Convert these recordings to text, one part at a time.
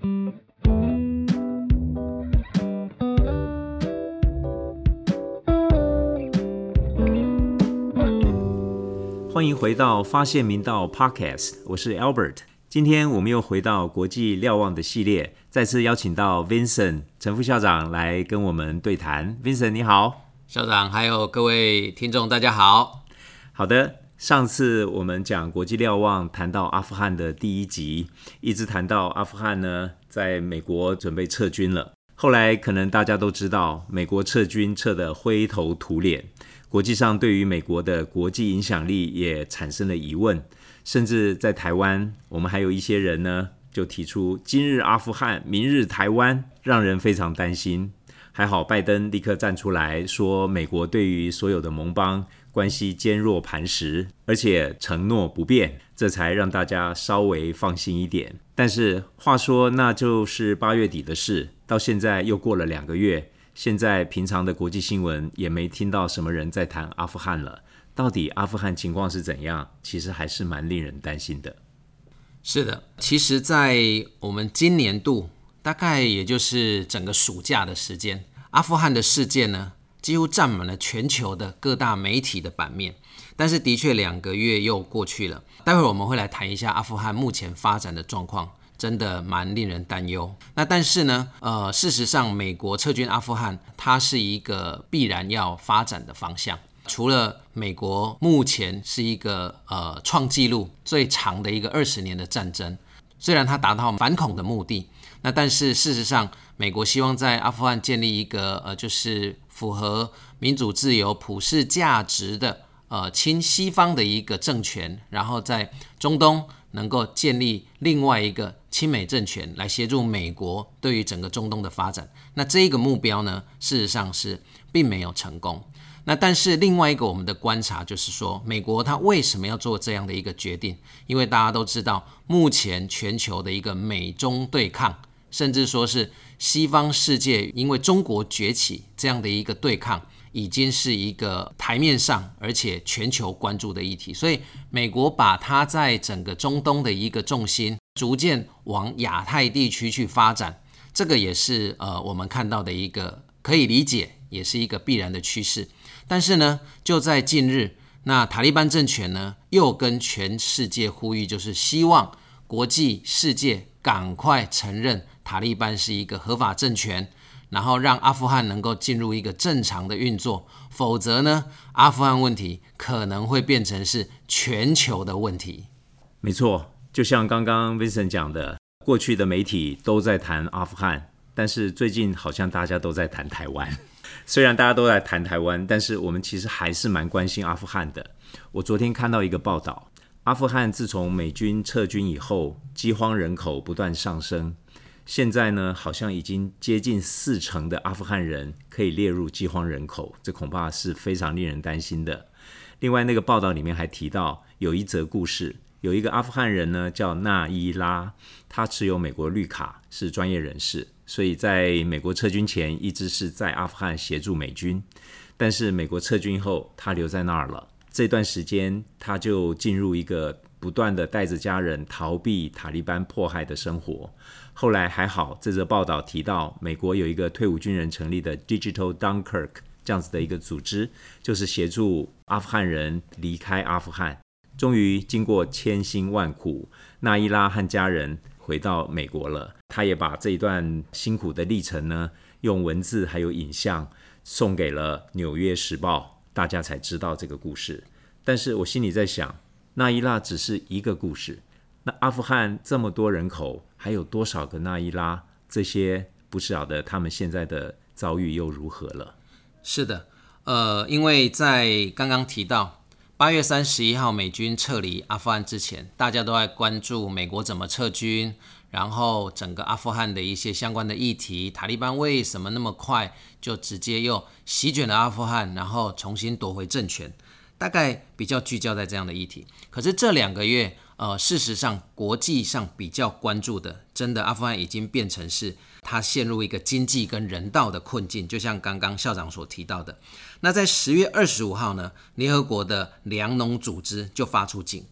欢迎回到发现明道 Podcast， 我是 Albert。今天我们又回到国际瞭望的系列，再次邀请到 Vincent 陈副校长来跟我们对谈。Vincent 你好。 校长还有各位听众大家好。 好的，上次我们讲国际瞭望谈到阿富汗的第一集，一直谈到阿富汗呢在美国准备撤军了，后来可能大家都知道美国撤军撤得灰头土脸，国际上对于美国的国际影响力也产生了疑问，甚至在台湾我们还有一些人呢就提出今日阿富汗明日台湾，让人非常担心。还好拜登立刻站出来说美国对于所有的盟邦关系坚若磐石，而且承诺不变，这才让大家稍微放心一点。但是话说那就是8月底的事，到现在又过了2个月，现在平常的国际新闻也没听到什么人在谈阿富汗了。到底阿富汗情况是怎样？其实还是蛮令人担心的。 是的，其实在我们今年度大概也就是整个暑假的时间，阿富汗的事件呢几乎占满了全球的各大媒体的版面。但是的确2个月又过去了，待会儿我们会来谈一下阿富汗目前发展的状况，真的蛮令人担忧。那但是呢事实上美国撤军阿富汗它是一个必然要发展的方向。除了美国目前是一个创纪录最长的一个20年的战争，虽然它达到反恐的目的，那但是事实上美国希望在阿富汗建立一个就是符合民主自由普世价值的亲西方的一个政权，然后在中东能够建立另外一个亲美政权，来协助美国对于整个中东的发展。那这一个目标呢事实上是并没有成功。那但是另外一个我们的观察就是说，美国它为什么要做这样的一个决定？因为大家都知道目前全球的一个美中对抗，甚至说是西方世界因为中国崛起这样的一个对抗，已经是一个台面上而且全球关注的议题。所以美国把它在整个中东的一个重心逐渐往亚太地区去发展，这个也是我们看到的一个可以理解，也是一个必然的趋势。但是呢就在近日，那塔利班政权呢又跟全世界呼吁，就是希望国际世界赶快承认塔利班是一个合法政权，然后让阿富汗能够进入一个正常的运作，否则呢阿富汗问题可能会变成是全球的问题。 没错，就像刚刚 Vincent 讲的，过去的媒体都在谈阿富汗，但是最近好像大家都在谈台湾。虽然大家都在谈台湾，但是我们其实还是蛮关心阿富汗的。我昨天看到一个报道，阿富汗自从美军撤军以后，饥荒人口不断上升，现在呢好像已经接近40%的阿富汗人可以列入饥荒人口，这恐怕是非常令人担心的。另外那个报道里面还提到有一则故事，有一个阿富汗人呢叫纳伊拉，他持有美国绿卡，是专业人士，所以在美国撤军前一直是在阿富汗协助美军，但是美国撤军后他留在那儿了。这段时间他就进入一个不断的带着家人逃避塔利班迫害的生活。后来还好，这则报道提到美国有一个退伍军人成立的 Digital Dunkirk 这样子的一个组织，就是协助阿富汗人离开阿富汗。终于经过千辛万苦，纳伊拉和家人回到美国了。他也把这一段辛苦的历程呢，用文字还有影像送给了纽约时报，大家才知道这个故事。但是我心里在想，纳伊拉只是一个故事，那阿富汗这么多人口，还有多少个纳伊拉？这些不晓得他们现在的遭遇又如何了。 是的，因为在刚刚提到8月31号美军撤离阿富汗之前，大家都在关注美国怎么撤军，然后整个阿富汗的一些相关的议题，塔利班为什么那么快就直接又席卷了阿富汗，然后重新夺回政权，大概比较聚焦在这样的议题。可是这2个月事实上国际上比较关注的，真的阿富汗已经变成是它陷入一个经济跟人道的困境，就像刚刚校长所提到的。那在10月25号呢，联合国的粮农组织就发出警告，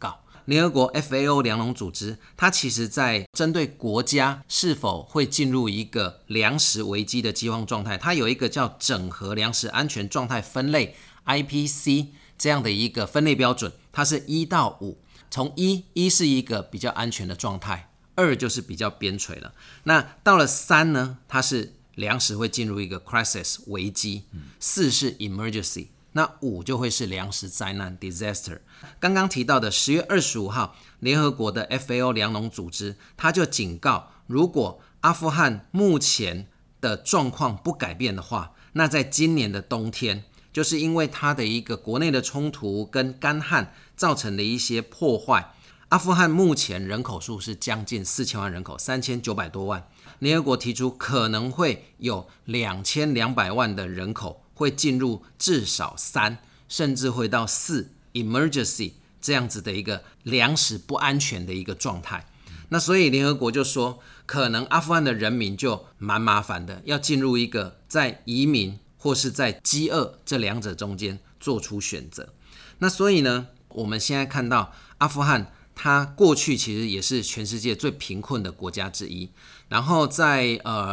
联合国 FAO 粮农组织，它其实在针对国家是否会进入一个粮食危机的饥荒状态，它有一个叫整合粮食安全状态分类 IPC 这样的一个分类标准，它是1到5，从一是一个比较安全的状态，2就是比较边陲了。那到了3呢，它是粮食会进入一个 crisis 危机，4是 emergency， 那5就会是粮食灾难 disaster。刚刚提到的10月25号，联合国的 FAO 粮农组织，它就警告，如果阿富汗目前的状况不改变的话，那在今年的冬天，就是因为它的一个国内的冲突跟干旱造成的一些破坏，阿富汗目前人口数是将近4000万人口，3900多万。联合国提出可能会有2200万的人口会进入至少3，甚至会到4 emergency 这样子的一个粮食不安全的一个状态。那所以联合国就说，可能阿富汗的人民就蛮麻烦的，要进入一个在移民或是在饥饿这两者中间做出选择。那所以呢，我们现在看到阿富汗它过去其实也是全世界最贫困的国家之一，然后在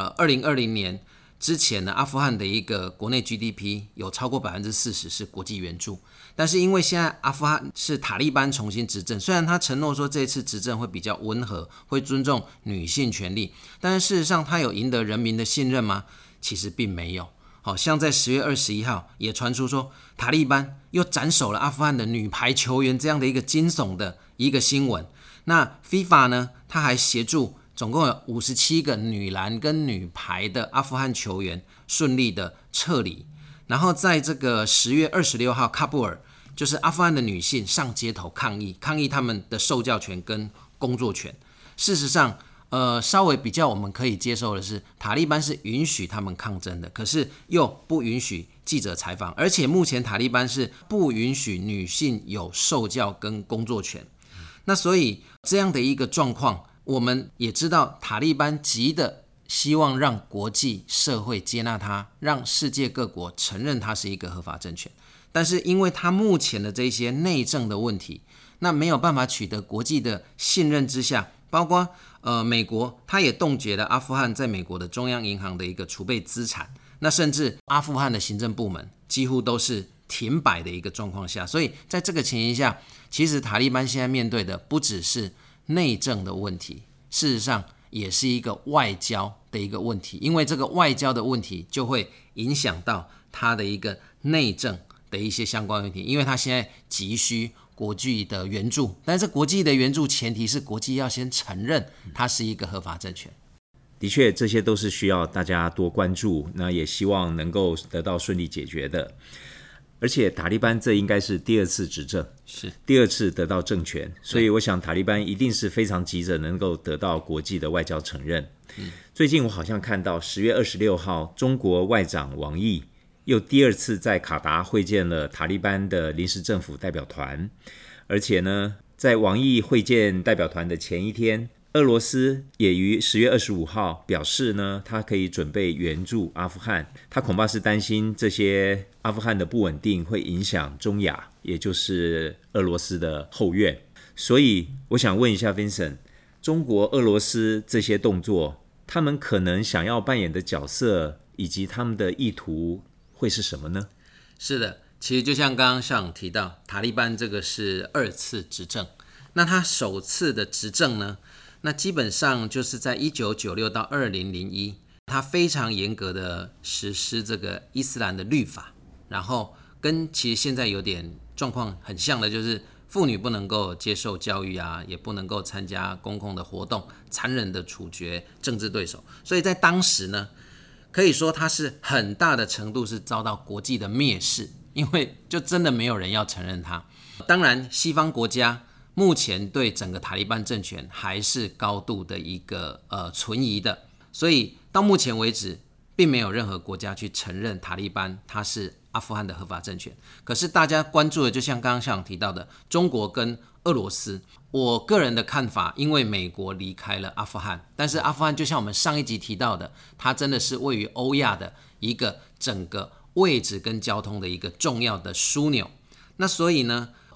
2020年之前呢，阿富汗的一个国内 GDP 有超过 40% 是国际援助，但是因为现在阿富汗是塔利班重新执政，虽然他承诺说这次执政会比较温和，会尊重女性权利，但是事实上他有赢得人民的信任吗？其实并没有。好像在10月21号也传出说塔利班又斩首了阿富汗的女排球员，这样的一个惊悚的一个新闻。那 FIFA 呢，他还协助总共有57个女篮跟女排的阿富汗球员顺利的撤离。然后在这个10月26号，喀布尔就是阿富汗的女性上街头抗议他们的受教权跟工作权。事实上稍微比较我们可以接受的是，塔利班是允许他们抗争的，可是又不允许记者采访，而且目前塔利班是不允许女性有受教跟工作权。那所以这样的一个状况，我们也知道塔利班急的希望让国际社会接纳他，让世界各国承认他是一个合法政权，但是因为他目前的这些内政的问题，那没有办法取得国际的信任之下，包括美国他也冻结了阿富汗在美国的中央银行的一个储备资产，那甚至阿富汗的行政部门几乎都是停摆的一个状况下，所以在这个情形下，其实塔利班现在面对的不只是内政的问题，事实上也是一个外交的一个问题，因为这个外交的问题就会影响到他的一个内政的一些相关问题，因为他现在急需国际的援助，但是国际的援助前提是国际要先承认它是一个合法政权。 的确，这些都是需要大家多关注，那也希望能够得到顺利解决的。而且塔利班这应该是第2次执政，是第2次得到政权，所以我想塔利班一定是非常急着能够得到国际的外交承认。最近我好像看到10月26号，中国外长王毅又第2次在卡达会见了塔利班的临时政府代表团，而且呢，在王毅会见代表团的前一天，俄罗斯也于10月25号表示呢，他可以准备援助阿富汗，他恐怕是担心这些阿富汗的不稳定会影响中亚，也就是俄罗斯的后院。所以我想问一下 Vincent， 中国、俄罗斯这些动作，他们可能想要扮演的角色以及他们的意图会是什么呢？ 是的，其实就像刚刚校长提到，塔利班这个是2次执政，那他首次的执政呢，那基本上就是在1996到2001，他非常严格的实施这个伊斯兰的律法，然后跟其实现在有点状况很像的，就是妇女不能够接受教育啊，也不能够参加公共的活动，残忍的处决政治对手，所以在当时呢，可以说他是很大的程度是遭到国际的蔑视，因为就真的没有人要承认他。当然西方国家目前对整个塔利班政权还是高度的一个存疑的，所以到目前为止并没有任何国家去承认塔利班它是阿富汗的合法政权。可是大家关注的就像刚刚校长提到的中国跟俄罗斯，我个人的看法，因为美国离开了阿富汗，但是阿富汗就像我们上一集提到的，它真的是位于欧亚的一个整个位置跟交通的一个重要的枢纽。那所以呢，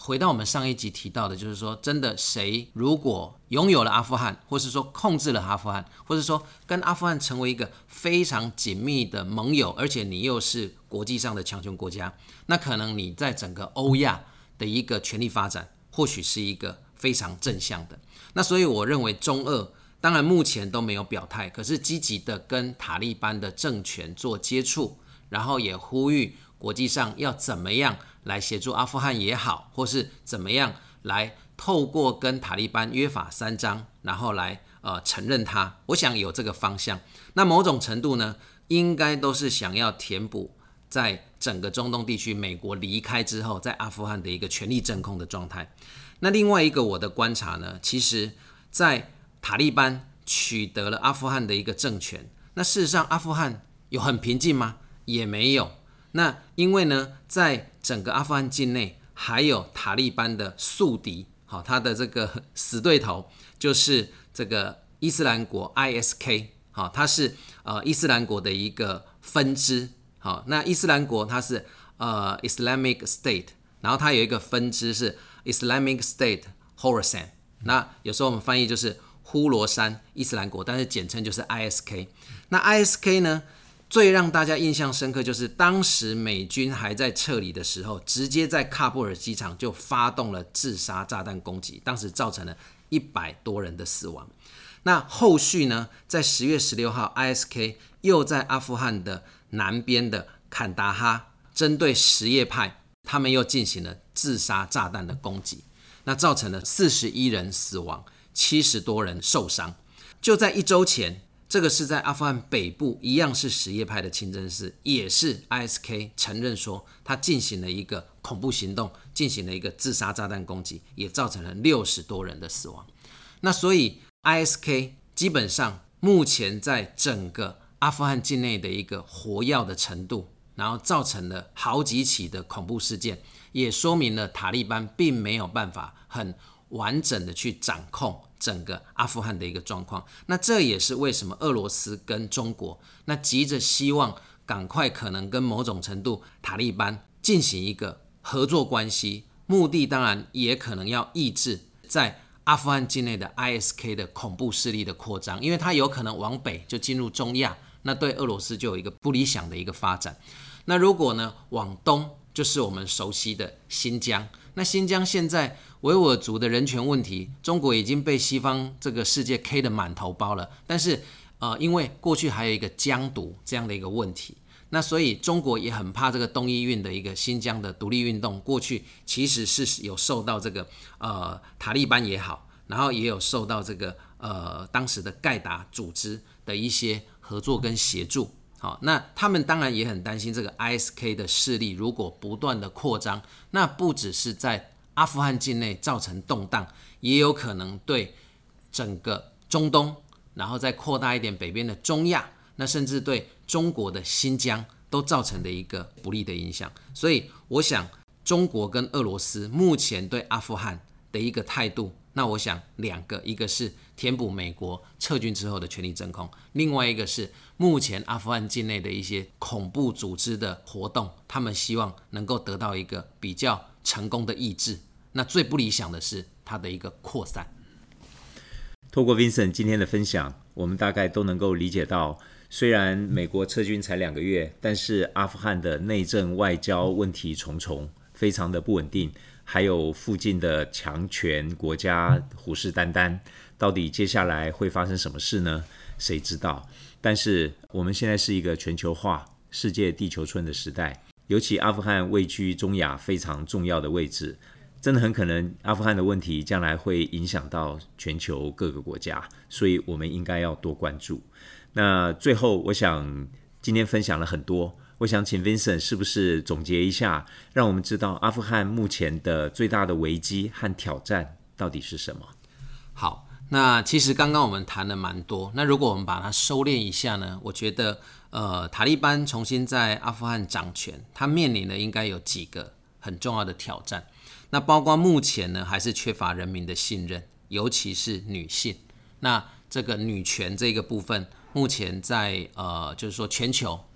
回到我们上一集提到的，就是说，真的谁如果拥有了阿富汗，或是说控制了阿富汗，或是说跟阿富汗成为一个非常紧密的盟友，而且你又是国际上的强权国家，那可能你在整个欧亚的一个权力发展，或许是一个非常正向的。那所以我认为中俄当然目前都没有表态，可是积极的跟塔利班的政权做接触，然后也呼吁国际上要怎么样来协助阿富汗也好，或是怎么样来透过跟塔利班约法三章，然后来承认它。我想有这个方向。那某种程度呢，应该都是想要填补在整个中东地区美国离开之后，在阿富汗的一个权力真空的状态。那另外一个我的观察呢，其实在塔利班取得了阿富汗的一个政权，那事实上阿富汗有很平静吗？也没有。那因为呢，在整个阿富汗境内还有塔利班的宿敌，好，他的这个死对头就是这个伊斯兰国 ISK， 好，它是伊斯兰国的一个分支，好，那伊斯兰国它是Islamic State， 然后它有一个分支是 Islamic State Khorasan， 那有时候我们翻译就是呼罗珊伊斯兰国，但是简称就是 ISK。 那 ISK 呢，最让大家印象深刻就是当时美军还在撤离的时候，直接在喀布尔机场就发动了自杀炸弹攻击，当时造成了100多人的死亡。那后续呢，在10月16号 ISK 又在阿富汗的南边的坎大哈针对什叶派，他们又进行了自杀炸弹的攻击，那造成了41人死亡，70多人受伤。就在1周前，这个是在阿富汗北部，一样是什叶派的清真寺，也是 ISK 承认说他进行了一个恐怖行动，进行了一个自杀炸弹攻击，也造成了60多人的死亡。那所以 ISK 基本上目前在整个阿富汗境内的一个活跃的程度，然后造成了好几起的恐怖事件，也说明了塔利班并没有办法很完整的去掌控整个阿富汗的一个状况。那这也是为什么俄罗斯跟中国那急着希望赶快可能跟某种程度塔利班进行一个合作关系，目的当然也可能要抑制在阿富汗境内的 ISK 的恐怖势力的扩张，因为它有可能往北就进入中亚，那对俄罗斯就有一个不理想的一个发展。那如果呢往东，就是我们熟悉的新疆。那新疆现在维吾尔族的人权问题，中国已经被西方这个世界 K 得满头包了，但是因为过去还有一个疆独这样的一个问题，那所以中国也很怕这个东伊运的一个新疆的独立运动，过去其实是有受到这个塔利班也好，然后也有受到这个当时的盖达组织的一些合作跟协助。好，那他们当然也很担心这个 ISK 的势力如果不断的扩张，那不只是在阿富汗境内造成动荡，也有可能对整个中东，然后再扩大一点北边的中亚，那甚至对中国的新疆都造成的一个不利的影响。所以我想中国跟俄罗斯目前对阿富汗的一个态度，那我想两个，一个是填补美国撤军之后的权力真空，另外一个是目前阿富汗境内的一些恐怖组织的活动，他们希望能够得到一个比较成功的抑制。那最不理想的是它的一个扩散。 透过 Vincent 今天的分享，我们大概都能够理解到，虽然美国撤军才2个月，但是阿富汗的内政外交问题重重，非常的不稳定，还有附近的强权国家虎视眈眈，到底接下来会发生什么事呢？谁知道？但是我们现在是一个全球化、世界地球村的时代，尤其阿富汗位居中亚非常重要的位置，真的很可能阿富汗的问题将来会影响到全球各个国家，所以我们应该要多关注。那最后我想今天分享了很多，我想请 Vincent 是不是总结一下，让我们知道阿富汗目前的最大的危机和挑战到底是什么？ 好，那其实刚刚我们谈了蛮多，那如果我们把它收敛一下呢，我觉得塔利班重新在阿富汗掌权，它面临的应该有几个很重要的挑战。那包括目前呢还是缺乏人民的信任，尤其是女性。那这个女权这个部分，目前在就是说全球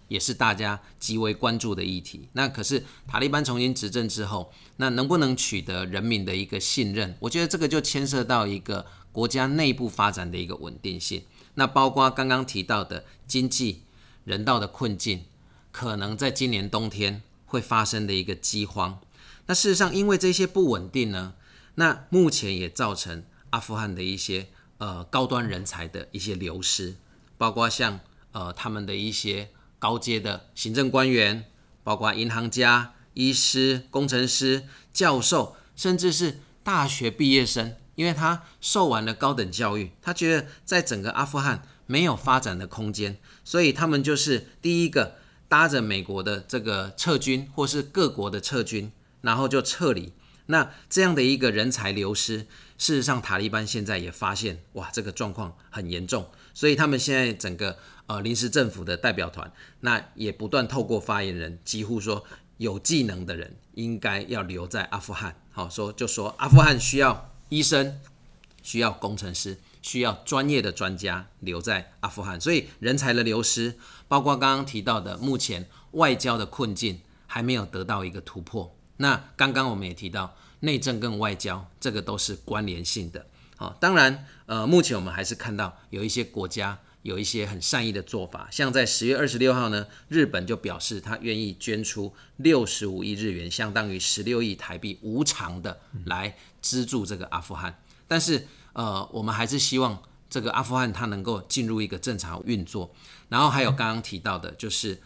也是大家极为关注的议题。那可是塔利班重新执政之后，那能不能取得人民的一个信任？我觉得这个就牵涉到一个国家内部发展的一个稳定性。那包括刚刚提到的经济、人道的困境，可能在今年冬天会发生的一个饥荒。那事实上，因为这些不稳定呢，那目前也造成阿富汗的一些高端人才的一些流失，包括像他们的一些高阶的行政官员，包括银行家、医师、工程师、教授，甚至是大学毕业生，因为他受完了高等教育，他觉得在整个阿富汗没有发展的空间，所以他们就是第一个搭着美国的这个撤军，或是各国的撤军，然后就撤离。那这样的一个人才流失，事实上塔利班现在也发现，哇，这个状况很严重，所以他们现在整个临时政府的代表团，那也不断透过发言人，几乎说有技能的人应该要留在阿富汗。好，就说阿富汗需要医生，需要工程师，需要专业的专家留在阿富汗，所以人才的流失，包括刚刚提到的目前外交的困境还没有得到一个突破。那刚刚我们也提到内政跟外交，这个都是关联性的。当然目前我们还是看到有一些国家有一些很善意的做法，像在10月26号呢，日本就表示他愿意捐出65亿日元，相当于16亿台币无偿的来资助这个阿富汗。但是我们还是希望这个阿富汗它能够进入一个正常运作。然后还有刚刚提到的就是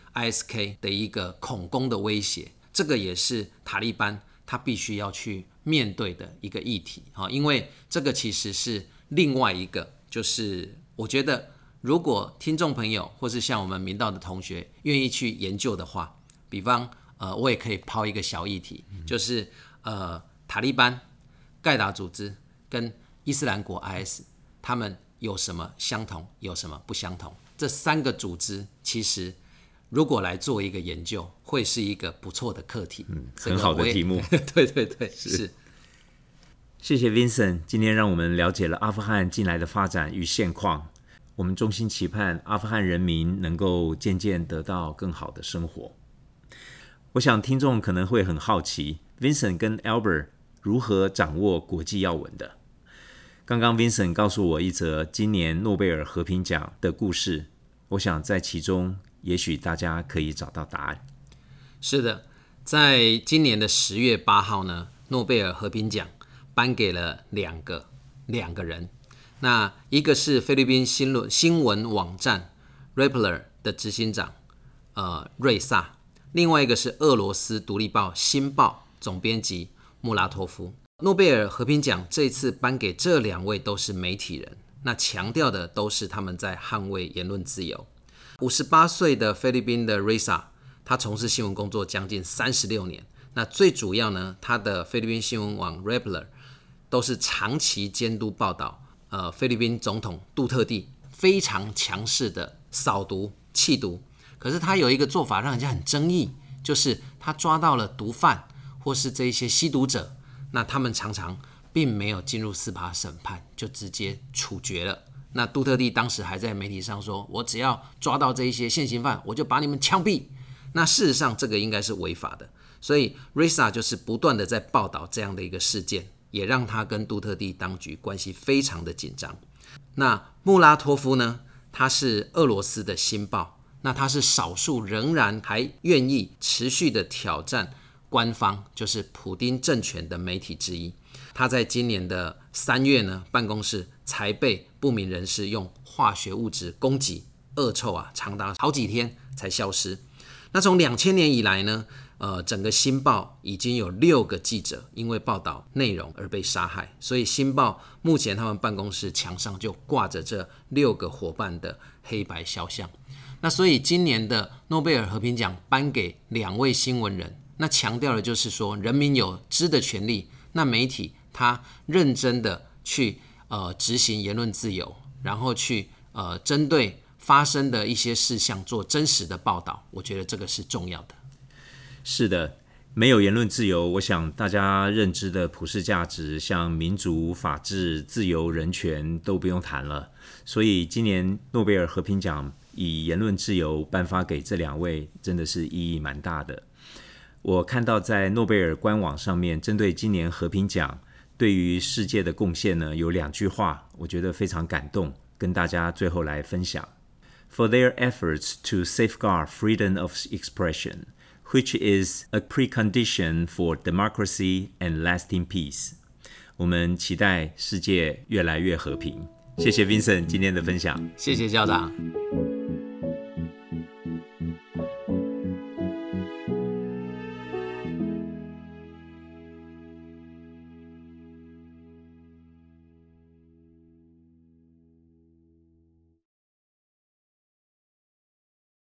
ISK 的一个恐攻的威胁，这个也是塔利班他必须要去面对的一个议题。因为这个其实是另外一个，就是我觉得如果听众朋友或是像我们明道的同学愿意去研究的话，比方我也可以抛一个小议题，就是塔利班、盖达组织跟伊斯兰国 IS 他们有什么相同，有什么不相同？这三个组织其实如果来做一个研究，会是一个不错的课题。 很好的题目。 对对对，是。 谢谢 Vincent， 今天让我们了解了阿富汗近来的发展与现况。我们衷心期盼阿富汗人民能够渐渐得到更好的生活。我想听众可能会很好奇 Vincent 跟 Albert 如何掌握国际要闻的。刚刚 Vincent 告诉我一则今年诺贝尔和平奖的故事，我想在其中也许大家可以找到答案。 是的，在今年的10月8号呢，诺贝尔和平奖颁给了两个人。那一个是菲律宾新闻网站 Rappler 的执行长瑞萨，另外一个是俄罗斯独立报《新报》总编辑穆拉托夫。诺贝尔和平奖这次颁给这两位都是媒体人，那强调的都是他们在捍卫言论自由。58岁的菲律宾的瑞萨，他从事新闻工作将近36年。那最主要呢，他的菲律宾新闻网 Rappler 都是长期监督报道菲律宾总统杜特地非常强势的扫毒弃毒。可是他有一个做法让人家很争议，就是他抓到了毒贩或是这一些吸毒者，那他们常常并没有进入司法审判，就直接处决了。那杜特地当时还在媒体上说，我只要抓到这一些现行犯，我就把你们枪毙。那事实上这个应该是违法的，所以 Risa 就是不断的在报道这样的一个事件，也让他跟杜特地当局关系非常的紧张。那穆拉托夫呢，他是俄罗斯的新报，那他是少数仍然还愿意持续的挑战官方，就是普丁政权的媒体之一。他在今年的3月呢，办公室才被不明人士用化学物质攻击，恶臭长达好几天才消失。那从2000年以来呢，整个新报已经有6个记者因为报道内容而被杀害，所以新报目前他们办公室墙上就挂着这6个伙伴的黑白肖像。那所以今年的诺贝尔和平奖颁给2位新闻人，那强调的就是说人民有知的权利，那媒体他认真的去执行言论自由，然后去针对发生的一些事项做真实的报道，我觉得这个是重要的。 是的，没有言论自由，我想大家认知的普世价值，像民主、法治、自由、人权都不用谈了。所以今年诺贝尔和平奖以言论自由颁发给这2位，真的是意义蛮大的。我看到在诺贝尔官网上面，针对今年和平奖对于世界的贡献呢，有2句话，我觉得非常感动，跟大家最后来分享。For their efforts to safeguard freedom of expression, which is a precondition for democracy and lasting peace. 我们期待世界越来越和平。谢谢 Vincent 今天的分享。 谢谢校长。